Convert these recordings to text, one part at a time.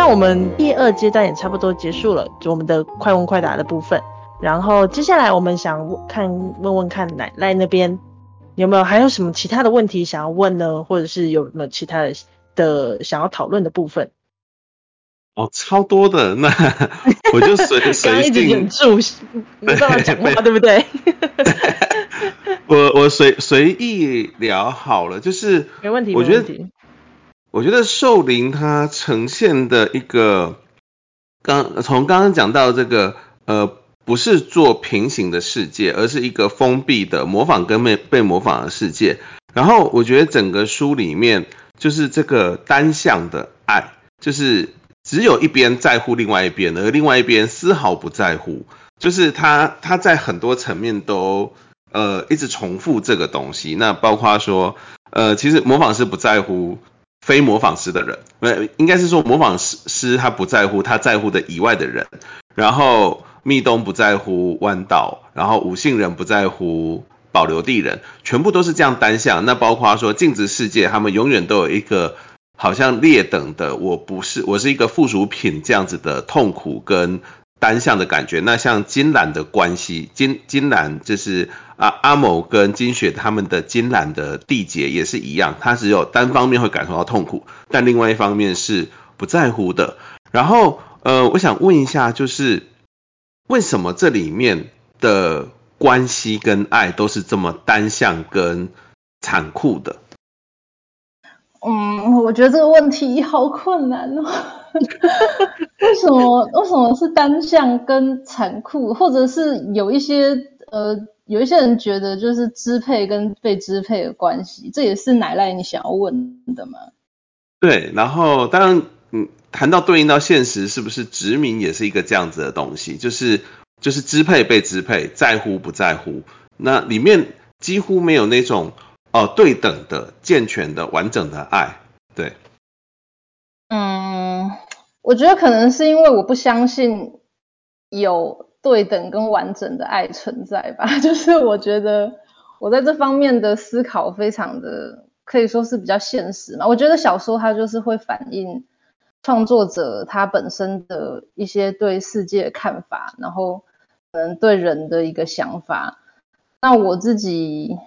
那我们第2阶段也差不多结束了，就我们的快问快答的部分。然后接下来我们想问问看奶奶那边还有什么其他的问题想要问呢？或者是有没有其他的想要讨论的部分？ 超多的，那我就随刚刚一直忍住没办法讲话，对不对？ 我随意聊好了，就是没问题，没问题。 我觉得兽灵它呈现的一个从刚刚讲到这个不是做平行的世界，而是一个封闭的模仿跟被模仿的世界。然后我觉得整个书里面就是这个单向的爱，就是只有一边在乎另外一边，而另外一边丝毫不在乎。就是他在很多层面都一直重复这个东西。那包括说其实模仿师不在乎非模仿师的人，应该是说模仿师他不在乎他在乎的以外的人，然后密东不在乎弯道，然后五姓人不在乎保留地人，全部都是这样单向。那包括说镜子世界，他们永远都有一个好像劣等的，我是一个附属品这样子的痛苦跟单向的感觉。那像金兰的关系，金兰就是阿某跟金雪他们的金兰的缔结也是一样，他只有单方面会感受到痛苦，但另外一方面是不在乎的。然后我想问一下，就是为什么这里面的关系跟爱都是这么单向跟残酷的？ 我觉得这个问题好困难哦。为什么是单向跟残酷，或者是有一些人觉得就是支配跟被支配的关系，这也是乃赖你想要问的吗？ 对，然后当然谈到对应到现实，是不是殖民也是一个这样子的东西？就是支配被支配，在乎不在乎，那里面几乎没有那种对等的、健全的、完整的爱。对， 我觉得可能是因为我不相信有对等跟完整的爱存在吧。就是我觉得我在这方面的思考非常的可以说是比较现实嘛。我觉得小说它就是会反映创作者他本身的一些对世界的看法，然后可能对人的一个想法。那我自己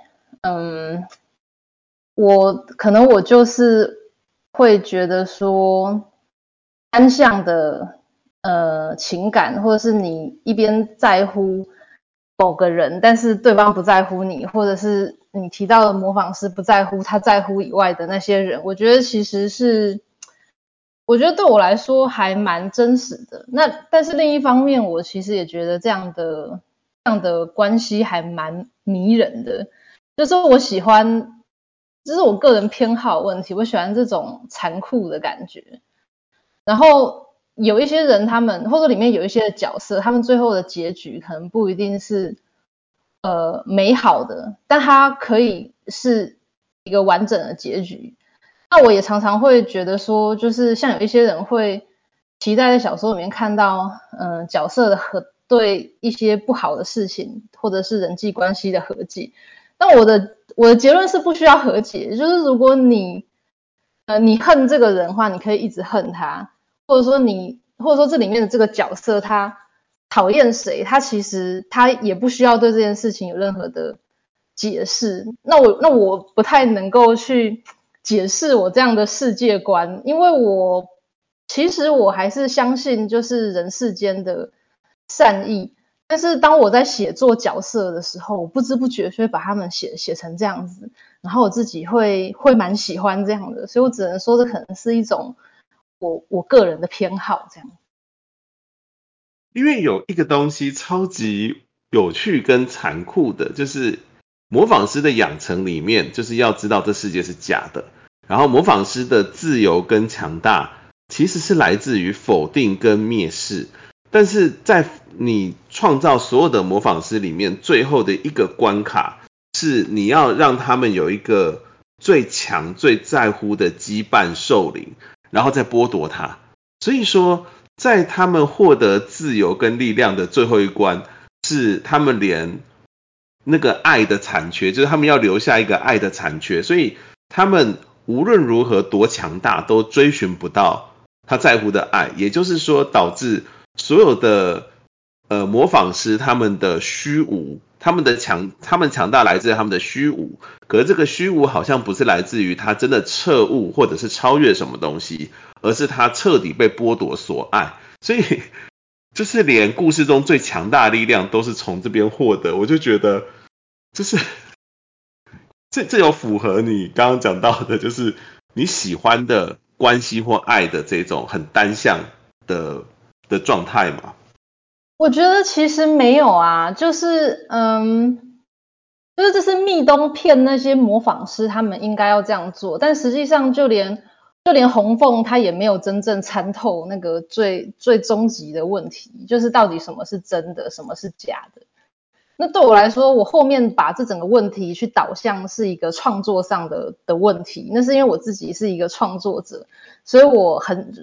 我就是会觉得说单向的情感，或者是你一边在乎某个人，但是对方不在乎你，或者是你提到的模仿师不在乎他在乎以外的那些人，我觉得其实是我觉得对我来说还蛮真实的。那但是另一方面，我其实也觉得这样的关系还蛮迷人的。就是我喜欢，这是我个人偏好问题，我喜欢这种残酷的感觉。然后有一些人他们，或者里面有一些角色，他们最后的结局可能不一定是美好的，但它可以是一个完整的结局。那我也常常会觉得说，就是像有一些人会期待在小说里面看到角色的对一些不好的事情或者是人际关系的和解。那我的结论是不需要和解，就是如果你恨这个人的话，你可以一直恨他，或者说这里面的这个角色他讨厌谁，他其实他也不需要对这件事情有任何的解释。那我不太能够去解释我这样的世界观，因为其实我还是相信就是人世间的善意。但是当我在写作角色的时候，我不知不觉就会把他们写成这样子，然后我自己会蛮喜欢这样的，所以我只能说这可能是一种我个人的偏好这样。 因为有一个东西超级有趣跟残酷的，就是模仿师的养成里面，就是要知道这世界是假的，然后模仿师的自由跟强大其实是来自于否定跟蔑视。但是在你创造所有的模仿师里面，最后的一个关卡是你要让他们有一个最强最在乎的羁绊兽灵，然后再剥夺它。所以说在他们获得自由跟力量的最后一关，是他们连那个爱的残缺，就是他们要留下一个爱的残缺，所以他们无论如何多强大都追寻不到他在乎的爱，也就是说导致所有的模仿师他们的虚无，他们强大来自于他们的虚无，可是这个虚无好像不是来自于他真的彻悟或者是超越什么东西，而是他彻底被剥夺所爱，所以就是连故事中最强大的力量都是从这边获得，我就觉得就是这有符合你刚刚讲到的，就是你喜欢的关系或爱的这种很单向的状态嘛？ 我觉得其实没有啊，就是就是这是密东骗那些模仿师，他们应该要这样做，但实际上就连红凤他也没有真正参透那个最终极的问题，就是到底什么是真的，什么是假的。那对我来说，我后面把这整个问题去导向是一个创作上的问题，那是因为我自己是一个创作者，所以我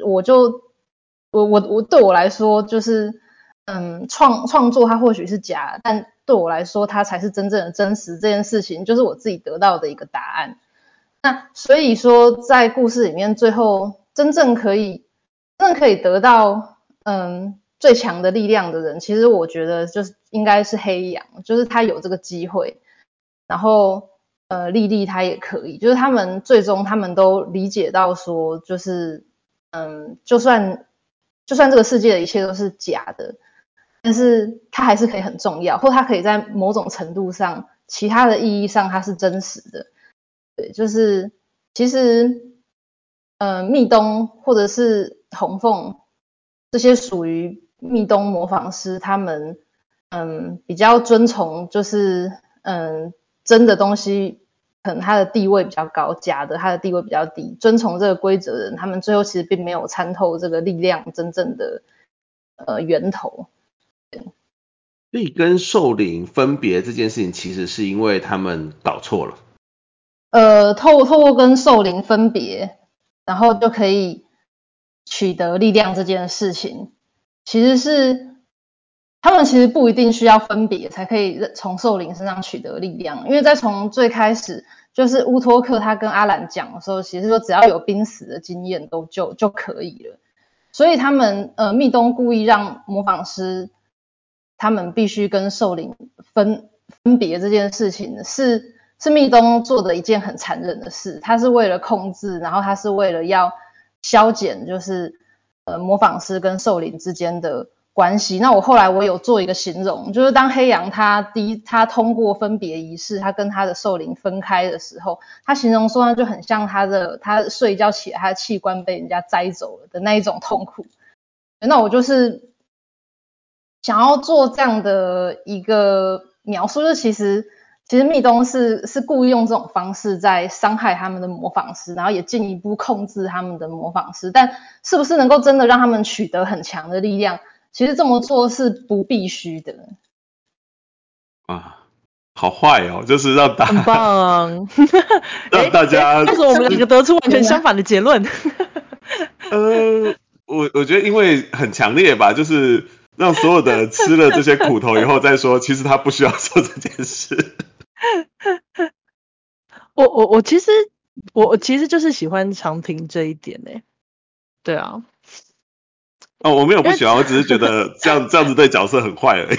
对我来说就是创作它或许是假，但对我来说它才是真正的真实，这件事情就是我自己得到的一个答案。那所以说在故事里面最后真正可以得到最强的力量的人，其实我觉得就是应该是黑羊，就是他有这个机会，然后莉莉他也可以，就是他们最终他们都理解到说，就是就算这个世界的一切都是假的，但是它还是可以很重要，或它可以在某种程度上其他的意义上它是真实的。对，就是其实密东或者是红凤这些属于密东模仿师，他们比较遵从就是真的东西可能它的地位比较高，假的它的地位比较低，遵从这个规则的人，他们最后其实并没有参透这个力量真正的源头。 所以跟兽灵分别这件事情，其实是因为他们搞错了。 透过跟兽灵分别，然后就可以取得力量这件事情，其实是他们其实不一定需要分别才可以从兽灵身上取得力量，因为在从最开始就是乌托克他跟阿兰讲的时候，其实说只要有濒死的经验就可以了，所以他们密东故意让模仿师他们必须跟兽灵分别这件事情是密东做的一件很残忍的事，他是为了控制，然后他是为了要消减就是模仿师跟兽灵之间的关系。那我后来我有做一个形容，就是当黑羊他通过分别仪式，他跟他的兽灵分开的时候，他形容说他就很像他睡一觉起来，他的器官被人家摘走了的那一种痛苦。那我就是想要做这样的一个描述，就是其实密东是故意用这种方式在伤害他们的模仿师，然后也进一步控制他们的模仿师，但是不是能够真的让他们取得很强的力量，其实这么做是不必须的。 啊，好坏哦，就是让大很棒， 让大家为什么我们两个得出完全相反的结论？ 我觉得因为很强烈吧，就是让所有的吃了这些苦头以后再说，其实他不需要做这件事。 我其实就是喜欢长亭这一点欸。对啊。 哦，我没有不喜欢，我只是觉得这样子对角色很坏而已。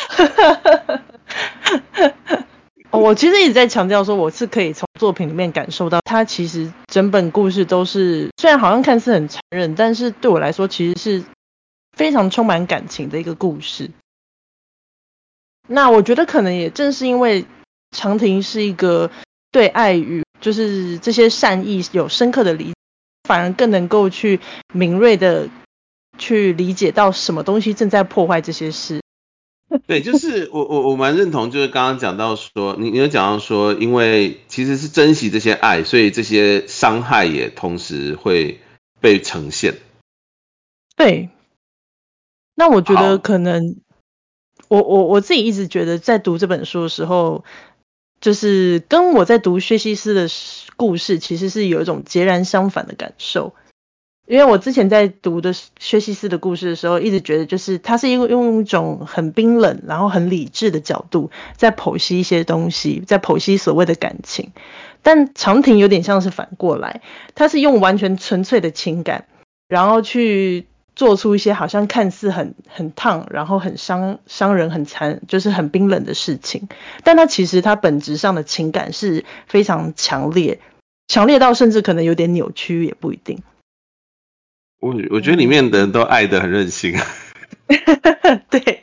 我其实一直在强调说，我是可以从作品里面感受到，它其实整本故事都是，虽然好像看似很残忍，但是对我来说其实是非常充满感情的一个故事。那我觉得可能也正是因为长亭是一个对爱与就是这些善意有深刻的理解，反而更能够去敏锐的去理解到什么东西正在破坏这些事。 对，就是我蛮认同，就是刚刚讲到说，你有讲到说，因为其实是珍惜这些爱，所以这些伤害也同时会被呈现。 对，那我觉得可能我自己一直觉得在读这本书的时候，就是跟我在读薛西斯的故事其实是有一种截然相反的感受。因为我之前在读的薛西斯的故事的时候，一直觉得就是他是用一种很冰冷然后很理智的角度在剖析一些东西，在剖析所谓的感情。但长亭有点像是反过来，他是用完全纯粹的情感然后去做出一些好像看似很烫，然后很伤人、很残，就是很冰冷的事情。但它其实它本质上的情感是非常强烈到甚至可能有点扭曲，也不一定。 我觉得里面的人都爱得很任性。 对。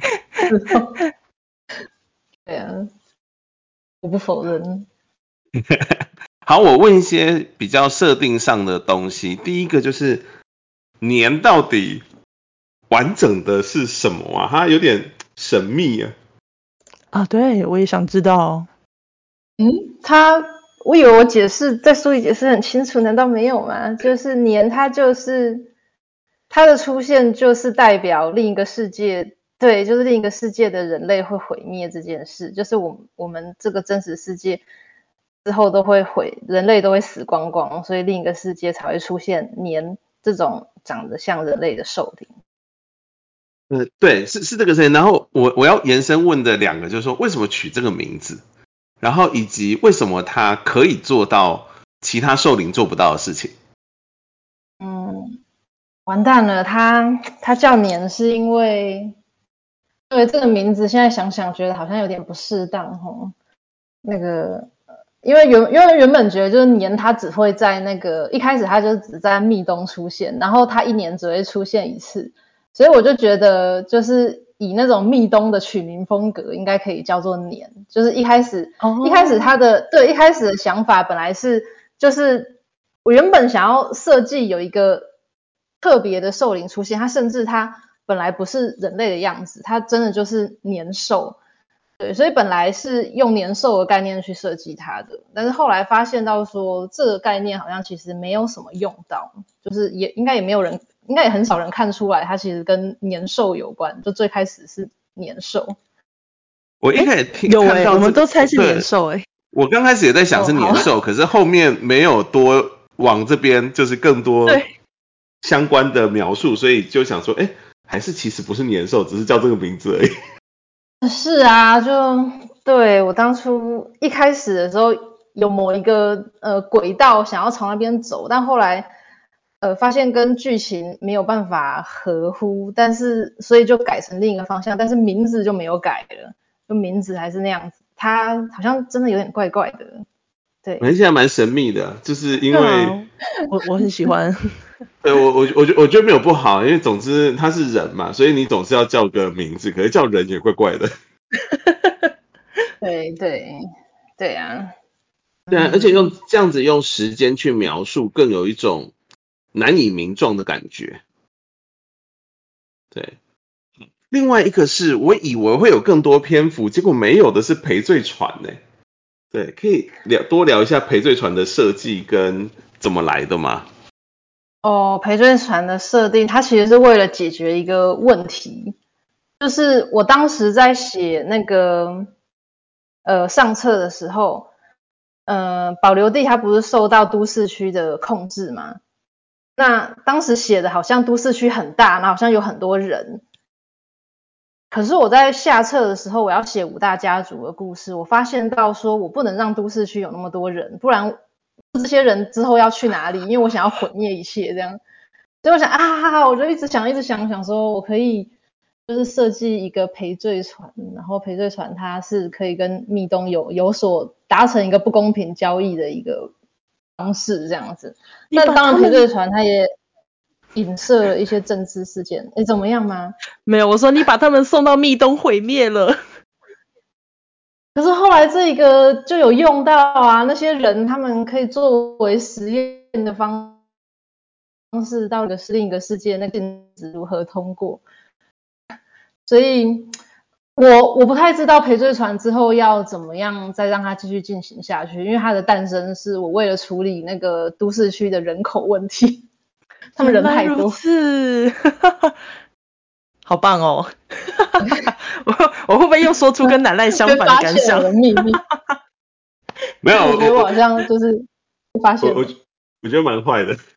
对啊，我不否认。 好，我问一些比较设定上的东西。第一个就是年到底完整的是什么啊？它有点神秘啊。 啊，对，我也想知道。 我以为我在书里解释很清楚，难道没有吗？就是年，它的出现就是代表另一个世界，对，就是另一个世界的人类会毁灭这件事，就是我们这个真实世界之后人类都会死光光，所以另一个世界才会出现年这种长得像人类的兽灵。 对，是这个声音。然后我要延伸问的两个就是说，为什么取这个名字？然后以及为什么它可以做到其他兽灵做不到的事情？ 完蛋了，它叫年是因为这个名字现在想想觉得好像有点不适当齁。那个因为原本觉得就是年它只会在一开始它就只在密冬出现，然后它一年只会出现一次，所以我就觉得就是以那种密冬的取名风格应该可以叫做年。就是一开始一开始的想法本来是就是我原本想要设计有一个特别的兽灵出现，它甚至它本来不是人类的样子，它真的就是年兽。对，所以本来是用年兽的概念去设计它的，但是后来发现到说这个概念好像其实没有什么用到，就是应该也很少人看出来它其实跟年兽有关，就最开始是年兽。 我一开始看到我们都猜是年兽我刚开始也在想是年兽，可是后面没有多往这边就是更多相关的描述，所以就想说，还是其实不是年兽，只是叫这个名字而已。 是啊，对，我当初一开始的时候有某一个轨道想要从那边走，但后来发现跟剧情没有办法合乎，所以就改成另一个方向，但是名字就没有改了，就名字还是那样子，它好像真的有点怪怪的。对， 现在蛮神秘的，就是因为我很喜欢。 对，我觉得没有不好，因为总之他是人嘛，所以你总是要叫个名字，可是叫人也怪怪的。 对对对啊， 对啊，而且这样子用时间去描述，更有一种难以名状的感觉。对，另外一个是我以为会有更多篇幅，结果没有的是赔罪船呢。对，可以多聊一下赔罪船的设计跟怎么来的吗？ 赔罪船的设定，它其实是为了解决一个问题，就是我当时在写上册的时候，保留地它不是受到都市区的控制吗？那当时写的好像都市区很大，那好像有很多人。可是我在下册的时候，我要写五大家族的故事，我发现到说我不能让都市区有那么多人，不然这些人之后要去哪里？因为我想要毁灭一切这样。所以我想我就一直想说我可以就是设计一个赔罪船，然后赔罪船它是可以跟密东有所达成一个不公平交易的一个方式这样子。那当然赔罪船它也影射了一些政治事件。怎么样吗？ 没有，我说你把他们送到密东毁灭了。 可是后来这个就有用到啊，那些人他们可以作为实验的方式到另一个世界，那个电子如何通过？所以我不太知道赔罪船之后要怎么样再让它继续进行下去，因为它的诞生是我为了处理那个都市区的人口问题，他们人太多。 是，好棒哦！我会不会又说出跟奶奶相反的感想？ 发现我的秘密。 没有， 我觉得我好像就是发现我觉得蛮坏的。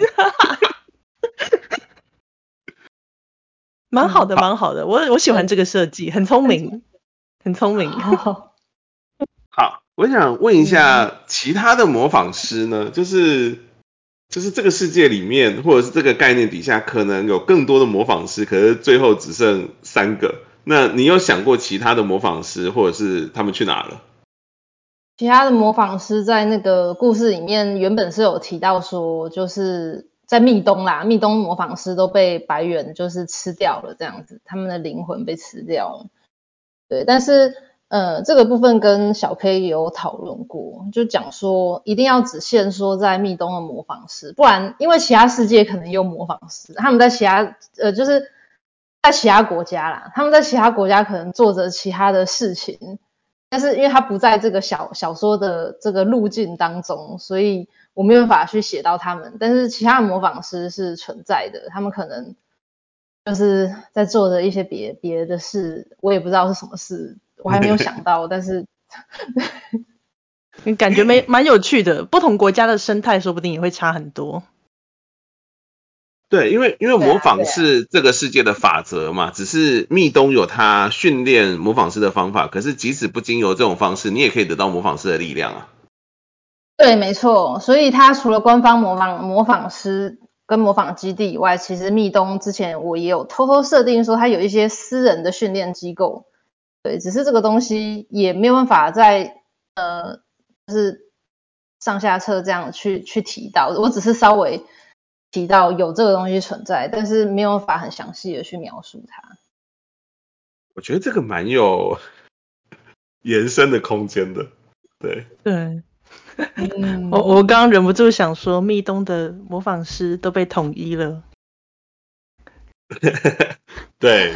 蛮好的，蛮好的，我喜欢这个设计，很聪明，很聪明。 好，我想问一下其他的模仿师呢，就是就是这个世界里面，或者是这个概念底下，可能有更多的模仿师，可是最后只剩3个。那你有想过其他的模仿师，或者是他们去哪了？ 其他的模仿师在那个故事里面原本是有提到说，就是在密东啦，密东模仿师都被白猿就是吃掉了，这样子，他们的灵魂被吃掉了。对，但是这个部分跟小 K 也有讨论过，就讲说一定要只限说在密东的模仿师，不然因为其他世界可能有模仿师，他们在其他就是在其他国家啦，他们在其他国家可能做着其他的事情，但是因为他不在这个小说的这个路径当中，所以我没有办法去写到他们，但是其他的模仿师是存在的，他们可能就是在做着一些别的事，我也不知道是什么事，我还没有想到，但是感觉蛮有趣的，不同国家的生态说不定也会差很多。 对，因为模仿是这个世界的法则嘛，只是密东有他训练模仿师的方法，可是即使不经由这种方式，你也可以得到模仿师的力量啊。 对，没错，所以他除了官方模仿师跟模仿基地以外，其实密东之前我也有偷偷设定说，他有一些私人的训练机构，对，只是这个东西也没有办法在就是上下册这样去提到，我只是稍微提到有这个东西存在，但是没有办法很详细的去描述它。 我觉得这个蛮有延伸的空间的，对。 对，我刚刚忍不住想说，密东的模仿师都被统一了。 对，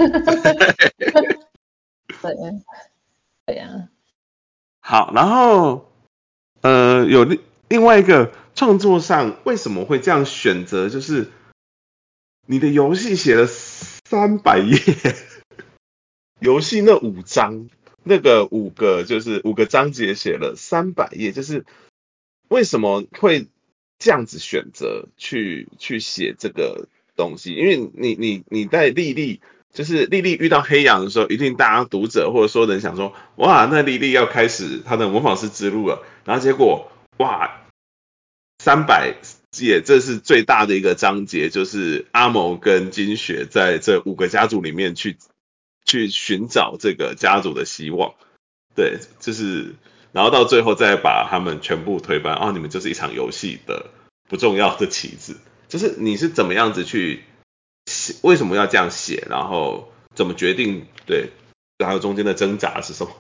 对，对呀。 好，然后有另外一个创作上为什么会这样选择？就是你的游戏写了300页，游戏那5章，那个5个章节写了300页，就是为什么会这样子选择去写这个东西？因为你在就是莉莉遇到黑羊的时候，一定大家读者或者说人想说，哇，那莉莉要开始她的模仿师之路了，然后结果哇300页，这是最大的一个章节，就是阿谋跟金雪在这5个家族里面去寻找这个家族的希望，对，就是然后到最后再把他们全部推翻，你们就是一场游戏的不重要的棋子，就是你是怎么样子去写，为什么要这样写，然后怎么决定，对，还有中间的挣扎是什么？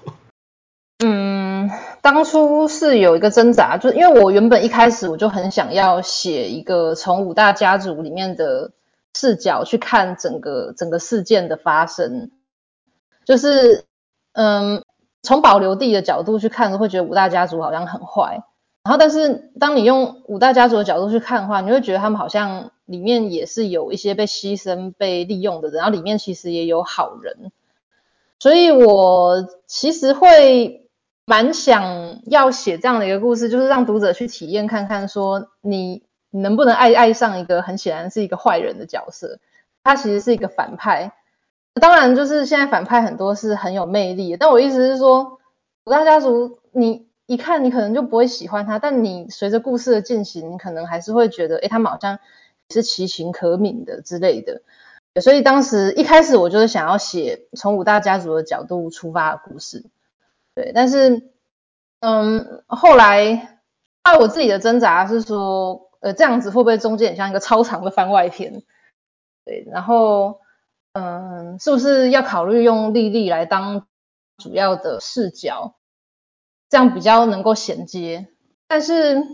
当初是有一个挣扎，就因为我原本一开始我就很想要写一个从5大家族里面的视角去看整个事件的发生，就是从保留地的角度去看，会觉得5大家族好像很坏，然后但是当你用5大家族的角度去看的话，你会觉得他们好像里面也是有一些被牺牲、被利用的人，然后里面其实也有好人，所以我其实会蛮想要写这样的一个故事，就是让读者去体验看看，说你能不能爱上一个很显然是一个坏人的角色，他其实是一个反派。当然，就是现在反派很多是很有魅力的，但我意思是说，五大家族你一看你可能就不会喜欢他，但你随着故事的进行，你可能还是会觉得，他们好像是其情可悯的之类的。所以当时一开始我就是想要写从5大家族的角度出发的故事，对，但是后来我自己的挣扎是说，这样子会不会中间很像一个超长的番外篇？对，然后是不是要考虑用莉莉来当主要的视角，这样比较能够衔接？但是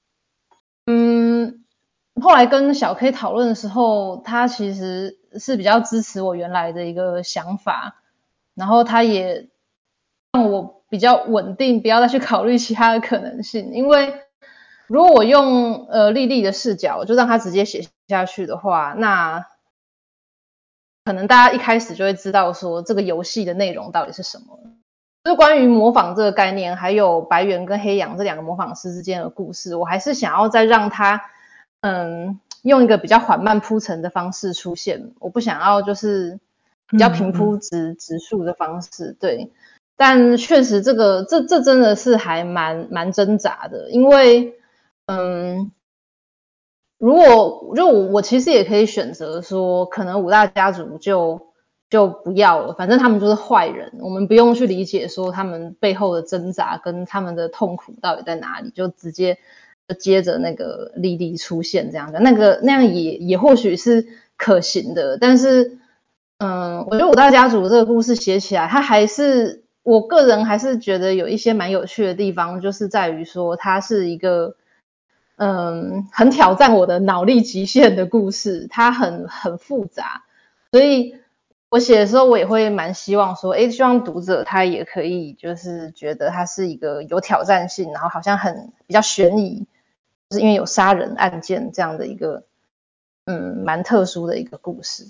后来跟小 K 讨论的时候，他其实是比较支持我原来的一个想法，然后他也让我比较稳定，不要再去考虑其他的可能性。因为如果我用莉莉的视角，就让他直接写下去的话，那可能大家一开始就会知道说这个游戏的内容到底是什么。就是关于模仿这个概念，还有白猿跟黑羊这2个模仿师之间的故事，我还是想要再让他用一个比较缓慢铺陈的方式出现，我不想要就是比较平铺直述的方式，对。但确实这真的是还蛮挣扎的，因为如果我其实也可以选择说，可能五大家族就不要了，反正他们就是坏人，我们不用去理解说他们背后的挣扎跟他们的痛苦到底在哪里，就直接就接着那个莉莉出现这样的，那样也或许是可行的，但是我觉得五大家族这个故事写起来，它还是我个人还是觉得有一些蛮有趣的地方，就是在于说它是一个很挑战我的脑力极限的故事，它很复杂，所以我写的时候我也会蛮希望说，希望读者他也可以就是觉得它是一个有挑战性，然后好像比较悬疑，就是因为有杀人案件这样的一个蛮特殊的一个故事。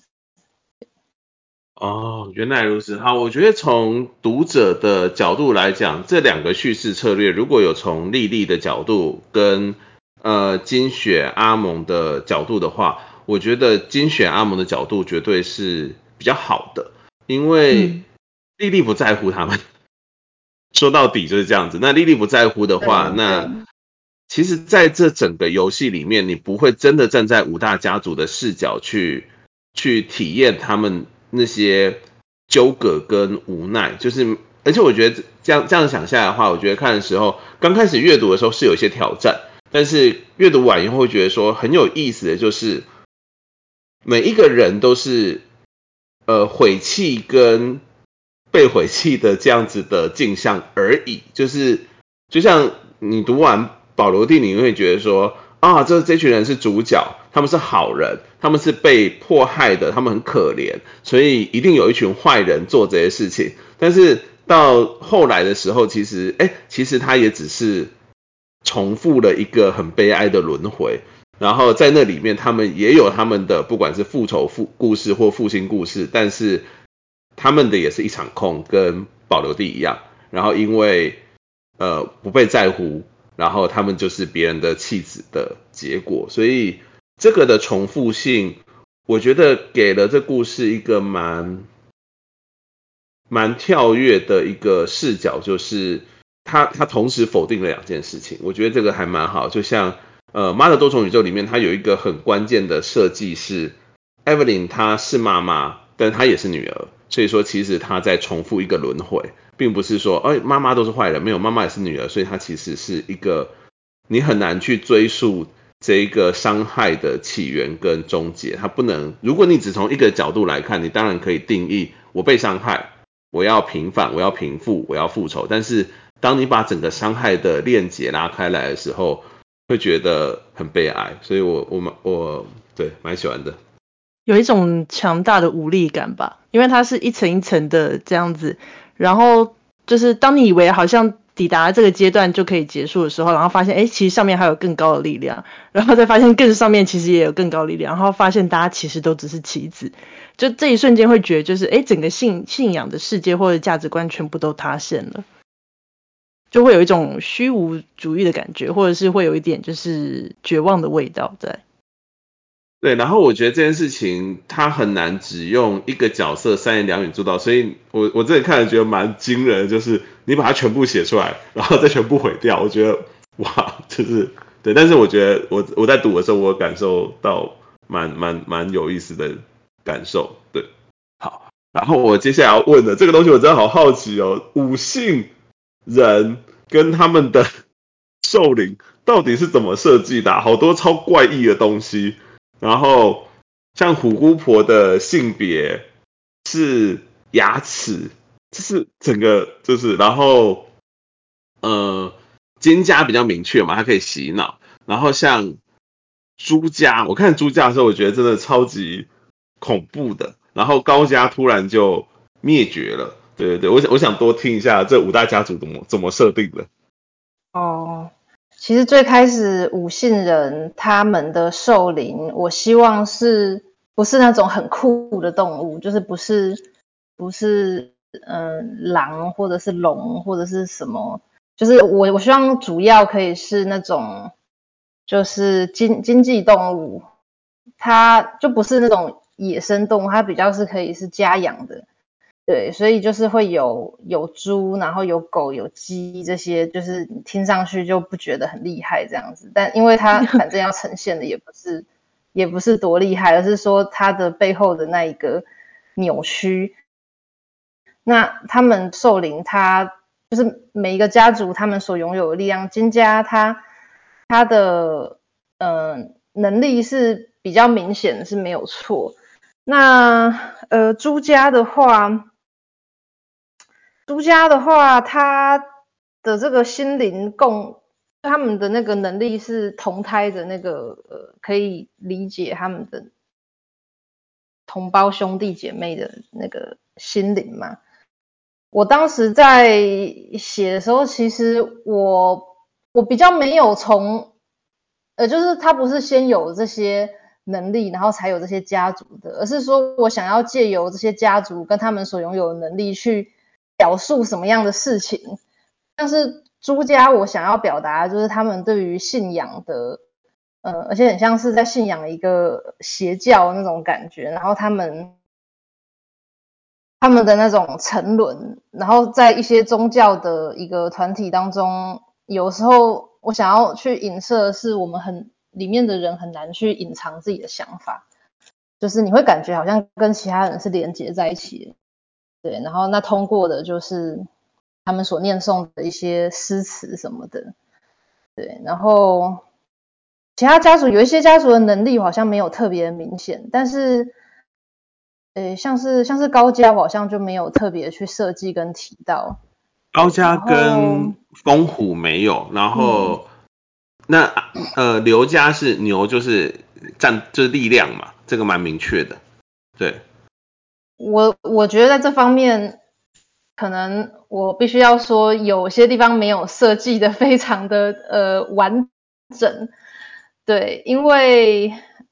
哦，原来如此。好，我觉得从读者的角度来讲，这两个叙事策略，如果有从莉莉的角度跟金雪阿蒙的角度的话，我觉得金雪阿蒙的角度绝对是比较好的，因为莉莉不在乎他们，说到底就是这样子。那莉莉不在乎的话，那其实在这整个游戏里面，你不会真的站在五大家族的视角去体验他们那些纠葛跟无奈，就是而且我觉得这样想下来的话，我觉得看的时候，刚开始阅读的时候是有一些挑战，但是阅读完以后会觉得说很有意思的就是每一个人都是毁弃跟被毁弃的这样子的镜像而已，就是就像你读完保罗蒂，你会觉得说啊，这群人是主角，他们是好人，他们是被迫害的，他们很可怜，所以一定有一群坏人做这些事情。但是到后来的时候，其实他也只是重复了一个很悲哀的轮回。然后在那里面，他们也有他们的不管是复仇故事或复兴故事，但是他们的也是一场空，跟保留地一样。然后因为不被在乎，然后他们就是别人的弃子的结果。所以这个的重复性，我觉得给了这故事一个蛮跳跃的一个视角，就是他同时否定了两件事情，我觉得这个还蛮好。就像妈的多重宇宙里面，它有一个很关键的设计是 Evelyn 她是妈妈，但她也是女儿，所以说其实她在重复一个轮回，并不是说妈妈都是坏人，没有，妈妈也是女儿，所以她其实是一个你很难去追溯这一个伤害的起源跟终结，它不能，如果你只从一个角度来看，你当然可以定义我被伤害，我要平反，我要平复，我要复仇。但是当你把整个伤害的链结拉开来的时候，会觉得很悲哀。所以我对蛮喜欢的。 有一种强大的无力感吧，因为它是一层一层的这样子，然后就是当你以为好像抵达这个阶段就可以结束的时候，然后发现其实上面还有更高的力量，然后再发现更上面其实也有更高的力量，然后发现大家其实都只是棋子，就这一瞬间会觉得就是整个信仰的世界或者价值观全部都塌陷了，就会有一种虚无主义的感觉，或者是会有一点就是绝望的味道在。 对，然后我觉得这件事情它很难只用一个角色三言两语做到，所以我这里看了觉得蛮惊人的，就是你把它全部写出来，然后再全部毁掉，我觉得哇，就是对，但是我觉得我在读的时候，我感受到蛮有意思的感受，对，好，然后我接下来要问的这个东西，我真的好好奇哦，五姓人跟他们的兽灵到底是怎么设计的啊？好多超怪异的东西。然后像虎姑婆的性别是牙齿，就是整个就是，然后金家比较明确嘛，它可以洗脑。然后像朱家，我看朱家的时候，我觉得真的超级恐怖的。然后高家突然就灭绝了，对对对，我想多听一下这五大家族怎么设定的。 哦，其实最开始五姓人他们的兽灵，我希望不是那种很酷的动物，就是不是狼或者是龙或者是什么，就是我希望主要可以是那种就是经济动物，它就不是那种野生动物，它比较是可以是家养的。 对，所以就是会有猪，然后有狗有鸡，这些就是听上去就不觉得很厉害这样子，但因为它反正要呈现的也不是多厉害，而是说它的背后的那一个扭曲。那他们兽灵，他就是每一个家族他们所拥有的力量，金家他的能力是比较明显的，是没有错。那朱家的话，他的这个心灵他们的那个能力是同胎的那个可以理解他们的同胞兄弟姐妹的那个心灵嘛。我当时在写的时候，其实我比较没有就是他不是先有这些能力，然后才有这些家族的，而是说我想要借由这些家族跟他们所拥有的能力去表述什么样的事情。但是朱家，我想要表达的就是他们对于信仰的，而且很像是在信仰一个邪教那种感觉，然后他们的那种沉沦，然后在一些宗教的一个团体当中，有时候我想要去影射的是我们里面的人很难去隐藏自己的想法，就是你会感觉好像跟其他人是连接在一起的，对，然后那通过的就是他们所念诵的一些诗词什么的，对，然后其他家族有一些家族的能力好像没有特别明显，但是像是高家，我好像就没有特别去设计跟提到。 高家跟风虎没有，然后那刘家是牛，就是就是力量嘛，这个蛮明确的。对， 我觉得在这方面，可能我必须要说，有些地方没有设计的非常的完整。对，因为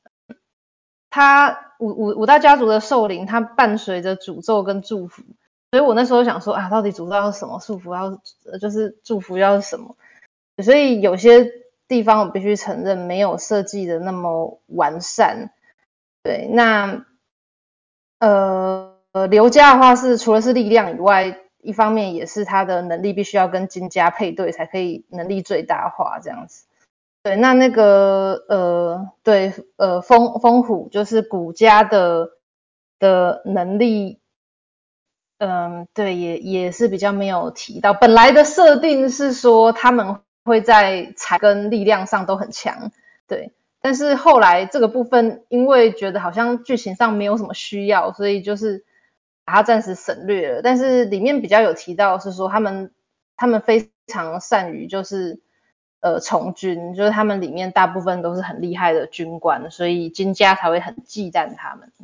五大家族的兽灵，它伴随着诅咒跟祝福，所以我那时候想说啊，到底诅咒要是什么，就是祝福要是什么？所以有些地方我必须承认没有设计的那么完善。对，那刘家的话是除了是力量以外，一方面也是他的能力必须要跟金家配对，才可以能力最大化这样子。对，那个风虎就是古家的能力，对，也是比较没有提到。本来的设定是说他们会在才跟力量上都很强，对。但是后来这个部分，因为觉得好像剧情上没有什么需要，所以就是把它暂时省略了。但是里面比较有提到是说他们非常善于就是从军，就是他们里面大部分都是很厉害的军官，所以金家才会很忌惮他们。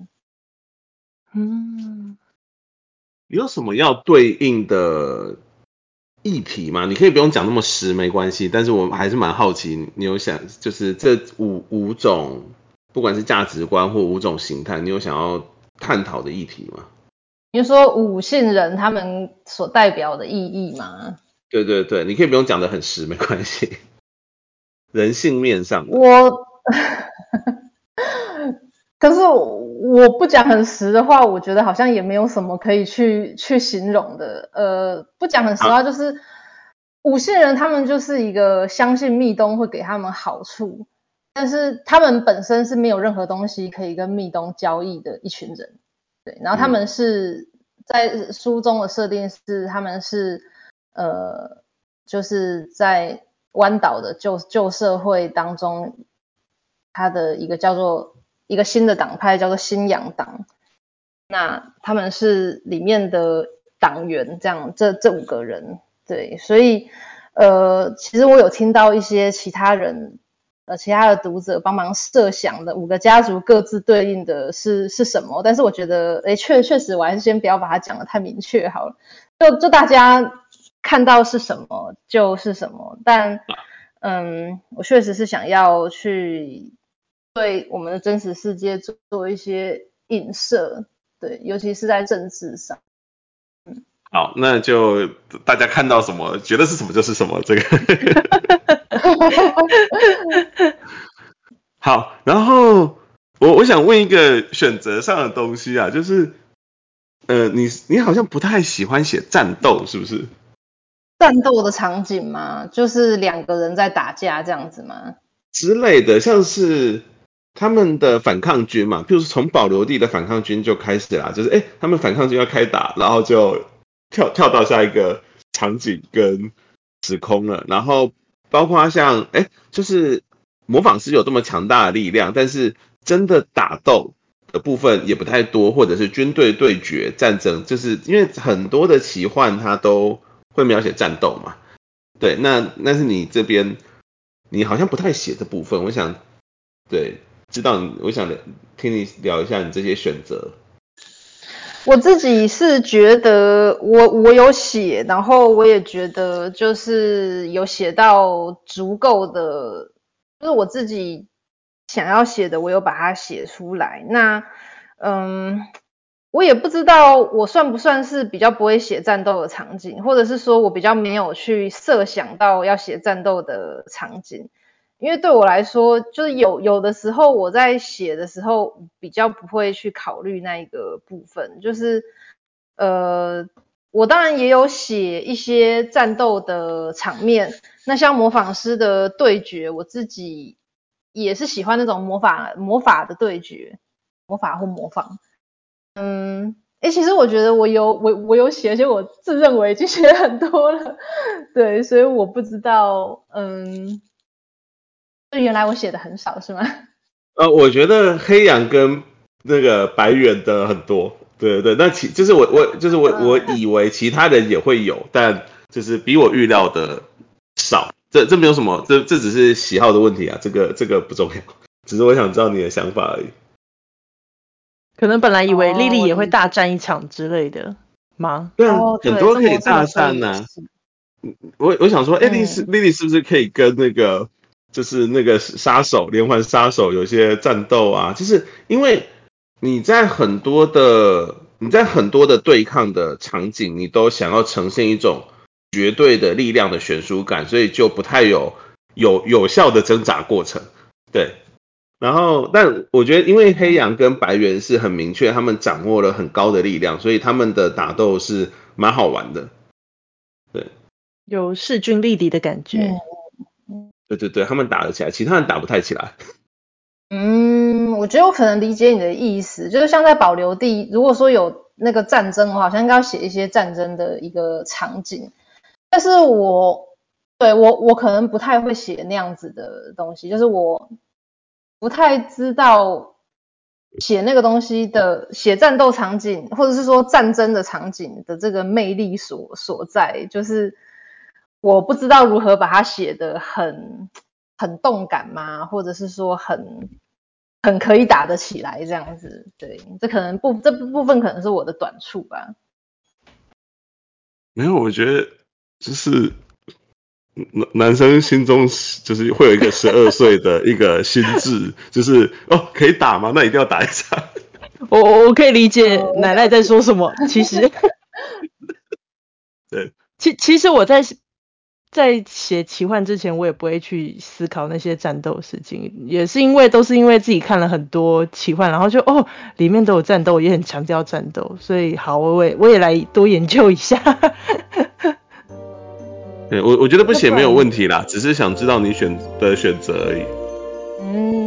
有什么要对应的议题吗？你可以不用讲那么实，没关系。但是我还是蛮好奇，你有想就是这五种，不管是价值观或五种形态，你有想要探讨的议题吗？ 你就说五姓人他们所代表的意义吗？ 对对对，你可以不用讲得很实，没关系。人性面上的， 可是我不讲很实的话，我觉得好像也没有什么可以去形容的。不讲很实的话，就是五姓人他们就是一个相信密东会给他们好处，但是他们本身是没有任何东西可以跟密东交易的一群人。对，然后他们是在书中的设定是他们是就是在湾岛的旧社会当中，他的一个叫做一个新的党派叫做新洋党，那他们是里面的党员，这五个人，对，所以其实我有听到一些其他的读者帮忙设想的五个家族各自对应的是什么，但是我觉得，确实我还是先不要把它讲得太明确好了，就大家看到是什么就是什么，但我确实是想要去对我们的真实世界做一些映射，对，尤其是在政治上。 好，那就大家看到什么，觉得是什么就是什么，这个。好，然后我想问一个选择上的东西啊，就是你好像不太喜欢写战斗，是不是？ 战斗的场景吗？就是两个人在打架这样子吗？ 之类的，像是他们的反抗军嘛，譬如从保留地的反抗军就开始啦，就是他们反抗军要开打，然后就跳到下一个场景跟时空了，然后包括像就是模仿师有这么强大的力量，但是真的打斗的部分也不太多，或者是军队对决战争，就是因为很多的奇幻它都会描写战斗嘛。对，那是你这边你好像不太写的部分，我想对我想听你聊一下你这些选择。 我自己是觉得我有写，然后我也觉得就是有写到足够的，就是我自己想要写的，我有把它写出来。那我也不知道我算不算是比较不会写战斗的场景，或者是说我比较没有去设想到要写战斗的场景。因为对我来说，就是有的时候我在写的时候比较不会去考虑那一个部分，就是我当然也有写一些战斗的场面，那像模仿师的对决，我自己也是喜欢那种魔法的对决，魔法或模仿。其实我觉得我有写，而且我自认为已经写很多了，对，所以我不知道，原来我写的很少是吗？ 我觉得黑羊跟那个白猿的很多，对对对，那就是我以为其他人也会有，但就是比我预料的少。这没有什么，这只是喜好的问题啊，这个不重要，只是我想知道你的想法而已。 可能本来以为莉莉也会大战一场之类的吗？ 对啊，很对， 多可以大这么说战啊。 也是。 我想说，莉莉是不是可以跟那个就是那个连环杀手有些战斗啊？就是因为你在很多的对抗的场景，你都想要呈现一种绝对的力量的悬殊感，所以就不太有效的挣扎过程。对，然后但我觉得，因为黑羊跟白猿是很明确，他们掌握了很高的力量，所以他们的打斗是蛮好玩的。对。 有势均力敌的感觉。 对对对，他们打得起来，其他人打不太起来。 我觉得我可能理解你的意思，就是像在保留地，如果说有那个战争的话，好像应该要写一些战争的一个场景。但是我可能不太会写那样子的东西，就是我不太知道写那个东西的写战斗场景，或者是说战争的场景的这个魅力所在，就是我不知道如何把它写得很动感嘛，或者是说很可以打得起来这样子。对，这部分可能是我的短处吧。 没有，我觉得就是男生心中就是会有一个12岁的一个心智，就是可以打吗？那一定要打一场。 我可以理解奶奶在说什么。其实， 对， 其实我在写奇幻之前，我也不会去思考那些战斗事情，也是都是因为自己看了很多奇幻，然后就里面都有战斗，也很强调战斗，所以好，我也来多研究一下。 对我觉得不写没有问题啦，只是想知道你选择而已。